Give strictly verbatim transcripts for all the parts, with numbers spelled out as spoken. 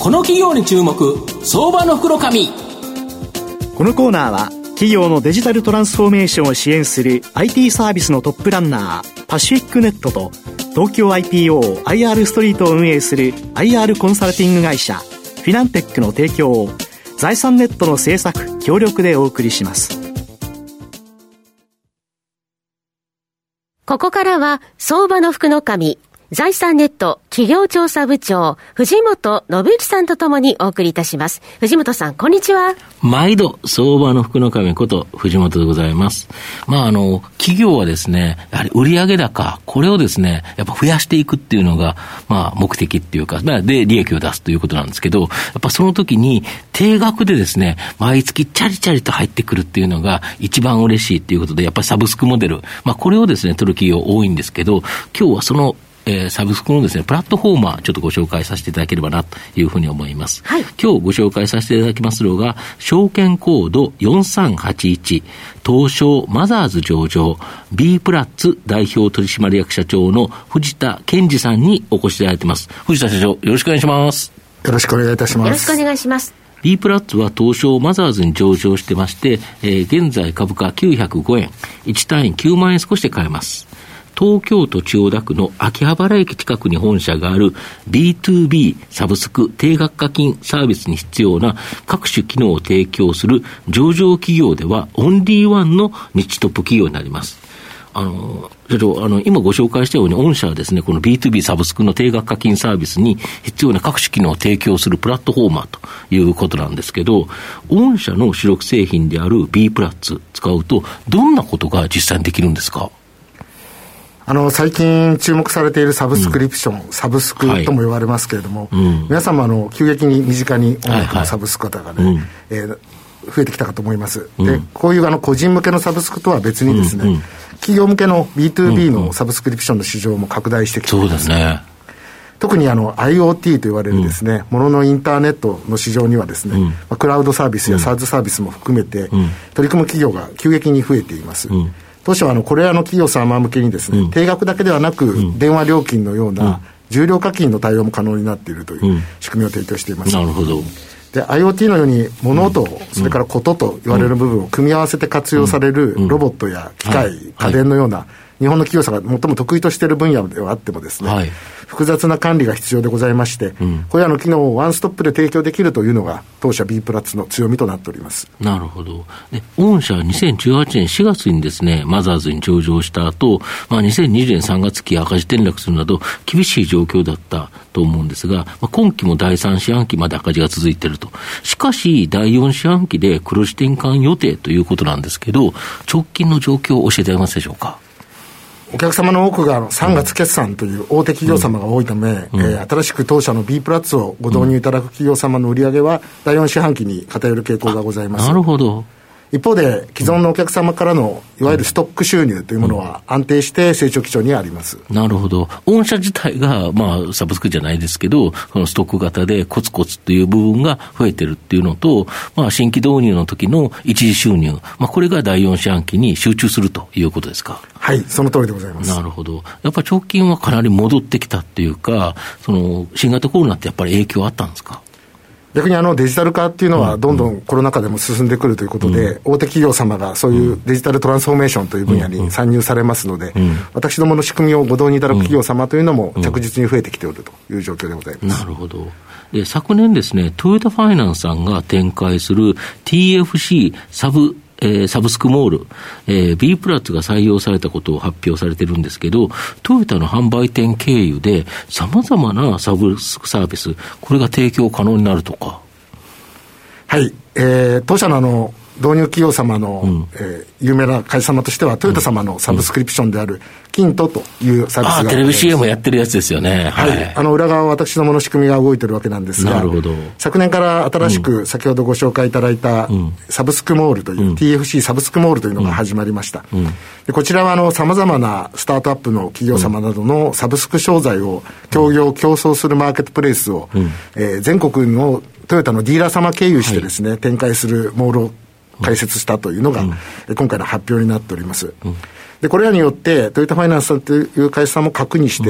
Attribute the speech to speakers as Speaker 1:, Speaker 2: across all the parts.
Speaker 1: この企業に注目、相場の袋紙。
Speaker 2: このコーナーは企業のデジタルトランスフォーメーションを支援する アイティー サービスのトップランナーパシフィックネットと東京 アイピーオー アイアール ストリートを運営する アイアール コンサルティング会社フィナンテックの提供を財産ネットの制作協力でお送りします。
Speaker 3: ここからは相場の福の神財産ネット企業調査部長藤本信之さんとともにお送りいたします。藤本さん、こんにちは。
Speaker 4: 毎度相場の福の神こと藤本でございます。まああの企業はですね、やはり売上高これをですねやっぱ増やしていくっていうのがまあ目的っていうか、まあ、で利益を出すということなんですけど、やっぱその時に定額でですね毎月チャリチャリと入ってくるっていうのが一番嬉しいっていうことで、やっぱりサブスクモデル、まあこれをですね取る企業多いんですけど、今日はそのえー、サブスクのですね、プラットフォーマー、ちょっとご紹介させていただければな、というふうに思います。はい。今日ご紹介させていただきますのが、証券コードよんさんはちいち、東証マザーズ上場、B プラッツ代表取締役社長の藤田健二さんにお越しいただいています。藤田社長、よろしくお願いします。
Speaker 5: よろしくお願いいたします。
Speaker 3: よろしくお願いします。
Speaker 4: B プラッツは東証マザーズに上場してまして、えー、現在株価きゅうひゃくごえん、いち単位きゅうまんえん少しで買えます。東京都千代田区の秋葉原駅近くに本社がある ビーツービー サブスク定額課金サービスに必要な各種機能を提供する上場企業ではオンリーワンのニッチトップ企業になります。あの、社長、あの、今ご紹介したように御社はですね、この ビーツービー サブスクの定額課金サービスに必要な各種機能を提供するプラットフォーマーということなんですけど、御社の主力製品である B プラッツ使うとどんなことが実際にできるんですか？
Speaker 5: あの最近注目されているサブスクリプション、うん、サブスクとも言われますけれども、はい、うん、皆様あの急激に身近に音楽のサブスク方がね、はいはい、えー、増えてきたかと思います、うん、でこういうあの個人向けのサブスクとは別にですね、うんうん、企業向けの ビーツービー のサブスクリプションの市場も拡大してきています、うんうん、そうですね。特にあの IoT と言われるですね、うん、もののインターネットの市場にはですね、うん、まあ、クラウドサービスや SaaS サービスも含めて、うん、取り組む企業が急激に増えています、うん。当初はあのこれらの企業様向けにですね、うん、定額だけではなく、うん、電話料金のような重量課金の対応も可能になっているという仕組みを提供しています、うん、なるほど。で IoT のように物と、うん、それからことと言われる部分を組み合わせて活用されるロボットや機械、うん、家電のような、はい、日本の企業さんが最も得意としている分野ではあってもですね、はい、複雑な管理が必要でございまして、うん、これらの機能をワンストップで提供できるというのが当社 B プラッツの強みとなっております。
Speaker 4: なるほど。で御社はにせんじゅうはちねんしがつにですねマザーズに上場した後、まあ、にせんにじゅうねんさんがつ期赤字転落するなど厳しい状況だったと思うんですが、まあ、今期もだいさん四半期まで赤字が続いていると。しかしだいよん四半期で黒字転換予定ということなんですけど、直近の状況を教えていただけますでしょうか？
Speaker 5: お客様の多くがさんがつ決算という大手企業様が多いため、うん、えー、新しく当社の B プラッツをご導入いただく企業様の売上はだいよん四半期に偏る傾向がございます。
Speaker 4: なるほど。
Speaker 5: 一方で既存のお客様からのいわゆるストック収入というものは安定して成長基調にあります、
Speaker 4: うん、なるほど。御社自体が、まあ、サブスクじゃないですけどそのストック型でコツコツという部分が増えてるっていうのと、まあ、新規導入の時の一時収入、まあ、これがだいよん四半期に集中するということですか？
Speaker 5: はい、その通りでございます。
Speaker 4: なるほど。やっぱり直近はかなり戻ってきたっていうか、その新型コロナってやっぱり影響あったんですか？
Speaker 5: 逆にあのデジタル化っていうのはどんどんコロナ禍でも進んでくるということで、うん、大手企業様がそういうデジタルトランスフォーメーションという分野に参入されますので、うん、私どもの仕組みをご導入いただく企業様というのも着実に増えてきておるという状況でございます。
Speaker 4: なるほど。で昨年ですねトヨタファイナンスさんが展開する ティーエフシー サブえー、サブスクモール、えー、B プラッツが採用されたことを発表されてるんですけど、トヨタの販売店経由で様々なサブスクサービス、これが提供可能になるとか。
Speaker 5: はい、えー、当社のあの導入企業様の、うん、えー、有名な会社様としてはトヨタ様のサブスクリプションであるキントというサービスが、
Speaker 4: あ、テレビ シーエム やってるやつですよね。
Speaker 5: はい、はい、あの裏側は私どもの仕組みが動いてるわけなんですが、
Speaker 4: なるほど。
Speaker 5: 昨年から新しく先ほどご紹介いただいた、うん、サブスクモールという、うん、ティーエフシー サブスクモールというのが始まりました、うん、でこちらはあの様々なスタートアップの企業様などのサブスク商材を協業競争するマーケットプレイスを、うん、えー、全国のトヨタのディーラー様経由してですね、はい、展開するモールを開設したというのが、うん、今回の発表になっております、うん、でこれらによってトヨタファイナンスさんという会社さんも核にして、うん、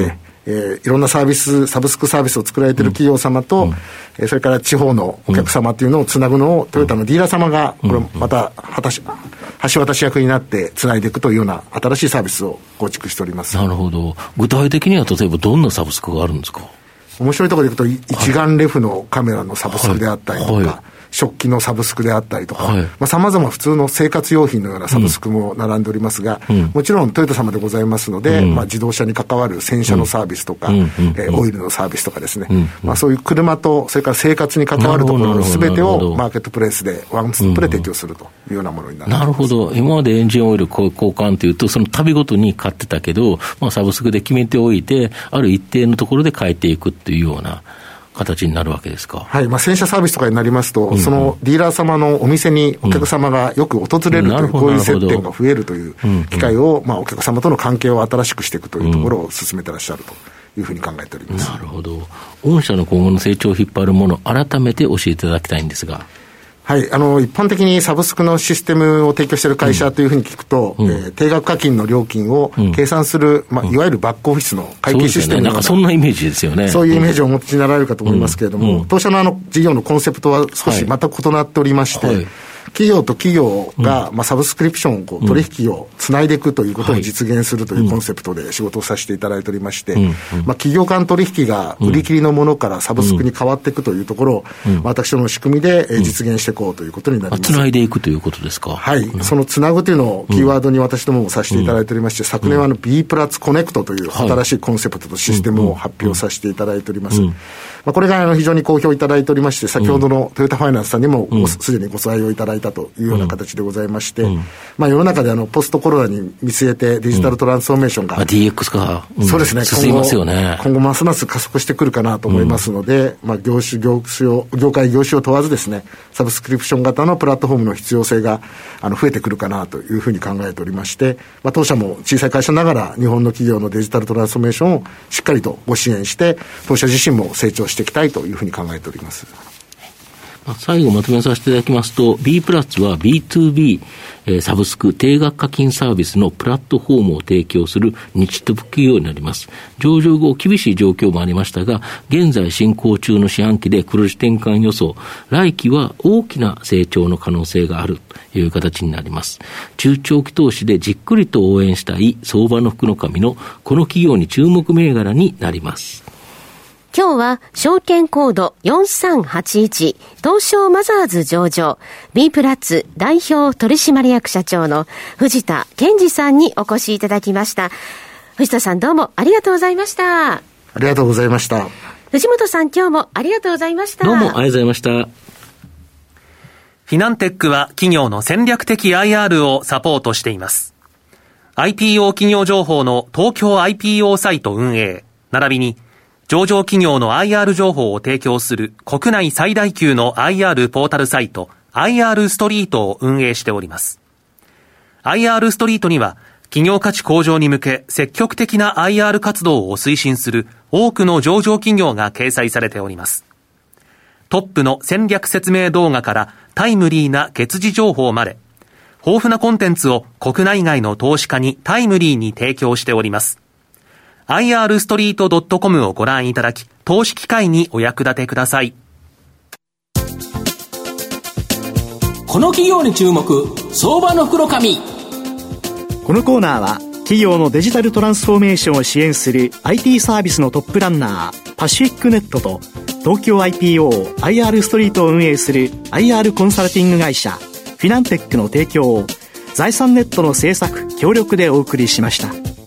Speaker 5: えー、いろんなサービスサブスクサービスを作られている企業様と、うんえー、それから地方のお客様というのをつなぐのをトヨタのディーラー様がこれまた果たし橋渡し役になってつないでいくというような新しいサービスを構築しております。
Speaker 4: なるほど。具体的には例えばどんなサブスクがあるんですか？
Speaker 5: 面白いところでいくと一眼レフのカメラのサブスクであったりとか、はいはい、食器のサブスクであったりとか、はい、まあ、様々普通の生活用品のようなサブスクも並んでおりますが、うん、もちろんトヨタ様でございますので、うん、まあ、自動車に関わる洗車のサービスとか、うん、えー、オイルのサービスとかですね、うん、まあ、そういう車とそれから生活に関わるところの全てをマーケットプレイスでワンストップで提供するというようなものになります。
Speaker 4: なるほど。今までエンジンオイル交換というとその旅ごとに買ってたけど、まあ、サブスクで決めておいてある一定のところで変えていくっていうような形になるわけですか。
Speaker 5: はい、まあ、洗車サービスとかになりますと、うんうん、そのディーラー様のお店にお客様がよく訪れるという、うん、こういう接点が増えるという機会を、まあ、お客様との関係を新しくしていくというところを進めてらっしゃるというふうに考えております。
Speaker 4: なるほど。御社の今後の成長を引っ張るもの、改めて教えていただきたいんですが。
Speaker 5: はい、あの一般的にサブスクのシステムを提供している会社というふうに聞くと、うん、えー、定額課金の料金を計算する、うん、まあ、いわゆるバックオフィスの会計システムのような、
Speaker 4: そうですよね、なんかそんなイメージですよね。
Speaker 5: そういうイメージをお持ちになられるかと思いますけれども、うんうん、当社のあの事業のコンセプトは少しまた異なっておりまして、はいはい、企業と企業が、うん、まあ、サブスクリプションをこう取引をつないでいくということを実現するというコンセプトで仕事をさせていただいておりまして、うんうん、まあ、企業間取引が売り切りのものからサブスクに変わっていくというところを、うん、私どもの仕組みで実現していこうということになります。
Speaker 4: つないでいくということですか。
Speaker 5: はい、うん、そのつなぐというのをキーワードに私どももさせていただいておりまして、うん、昨年はあの B プラスコネクトという新しいコンセプトとシステムを発表させていただいております。うんうん、まあ、これがあの非常に好評いただいておりまして、先ほどのトヨタファイナンスさんにもすで、うん、にご採用いただいたというような形でございまして、うん、まあ、世の中であのポストコロナに見据えてデジタルトランスフォーメーションが、
Speaker 4: うん、ディーエックス か、
Speaker 5: うん、そうですね、
Speaker 4: 進みますよね。
Speaker 5: 今後ますます加速してくるかなと思いますので、うん、まあ、業種業種を業界業種を問わずですね、サブスクリプション型のプラットフォームの必要性があの増えてくるかなというふうに考えておりまして、まあ、当社も小さい会社ながら日本の企業のデジタルトランスフォーメーションをしっかりとご支援して、当社自身も成長していきたいというふうに考えております。
Speaker 4: 最後まとめさせていただきますと、 B プラスは ビーツービー、えー、サブスク定額課金サービスのプラットフォームを提供する日トップ企業になります。上場後厳しい状況もありましたが、現在進行中の四半期で黒字転換予想、来期は大きな成長の可能性があるという形になります。中長期投資でじっくりと応援したい相場の福の神のこの企業に注目銘柄になります。
Speaker 3: 今日は証券コードよんさんはちいち東証マザーズ上場 B プラス代表取締役社長の藤田健二さんにお越しいただきました。藤田さん、どうもありがとうございました。
Speaker 5: ありがとうございました。
Speaker 3: 藤本さん、今日もありがとうございました。
Speaker 4: どうもありがとうございました。フ
Speaker 6: ィナンテックは企業の戦略的 アイアール をサポートしています。アイピーオー 企業情報の東京 アイピーオー サイト運営並びに上場企業の アイアール 情報を提供する国内最大級の アイアール ポータルサイト アイアール ストリートを運営しております。アイアール ストリートには企業価値向上に向け積極的な アイアール 活動を推進する多くの上場企業が掲載されております。トップの戦略説明動画からタイムリーな月次情報まで豊富なコンテンツを国内外の投資家にタイムリーに提供しております。アイアールストリートドットコム をご覧いただき、投資機会にお役立てください。
Speaker 1: この企業に注目、相場の袋紙。
Speaker 2: このコーナーは企業のデジタルトランスフォーメーションを支援する アイティー サービスのトップランナーパシフィックネットと東京 アイピーオー アイアール ストリートを運営する アイアール コンサルティング会社フィナンテックの提供を財産ネットの制作協力でお送りしました。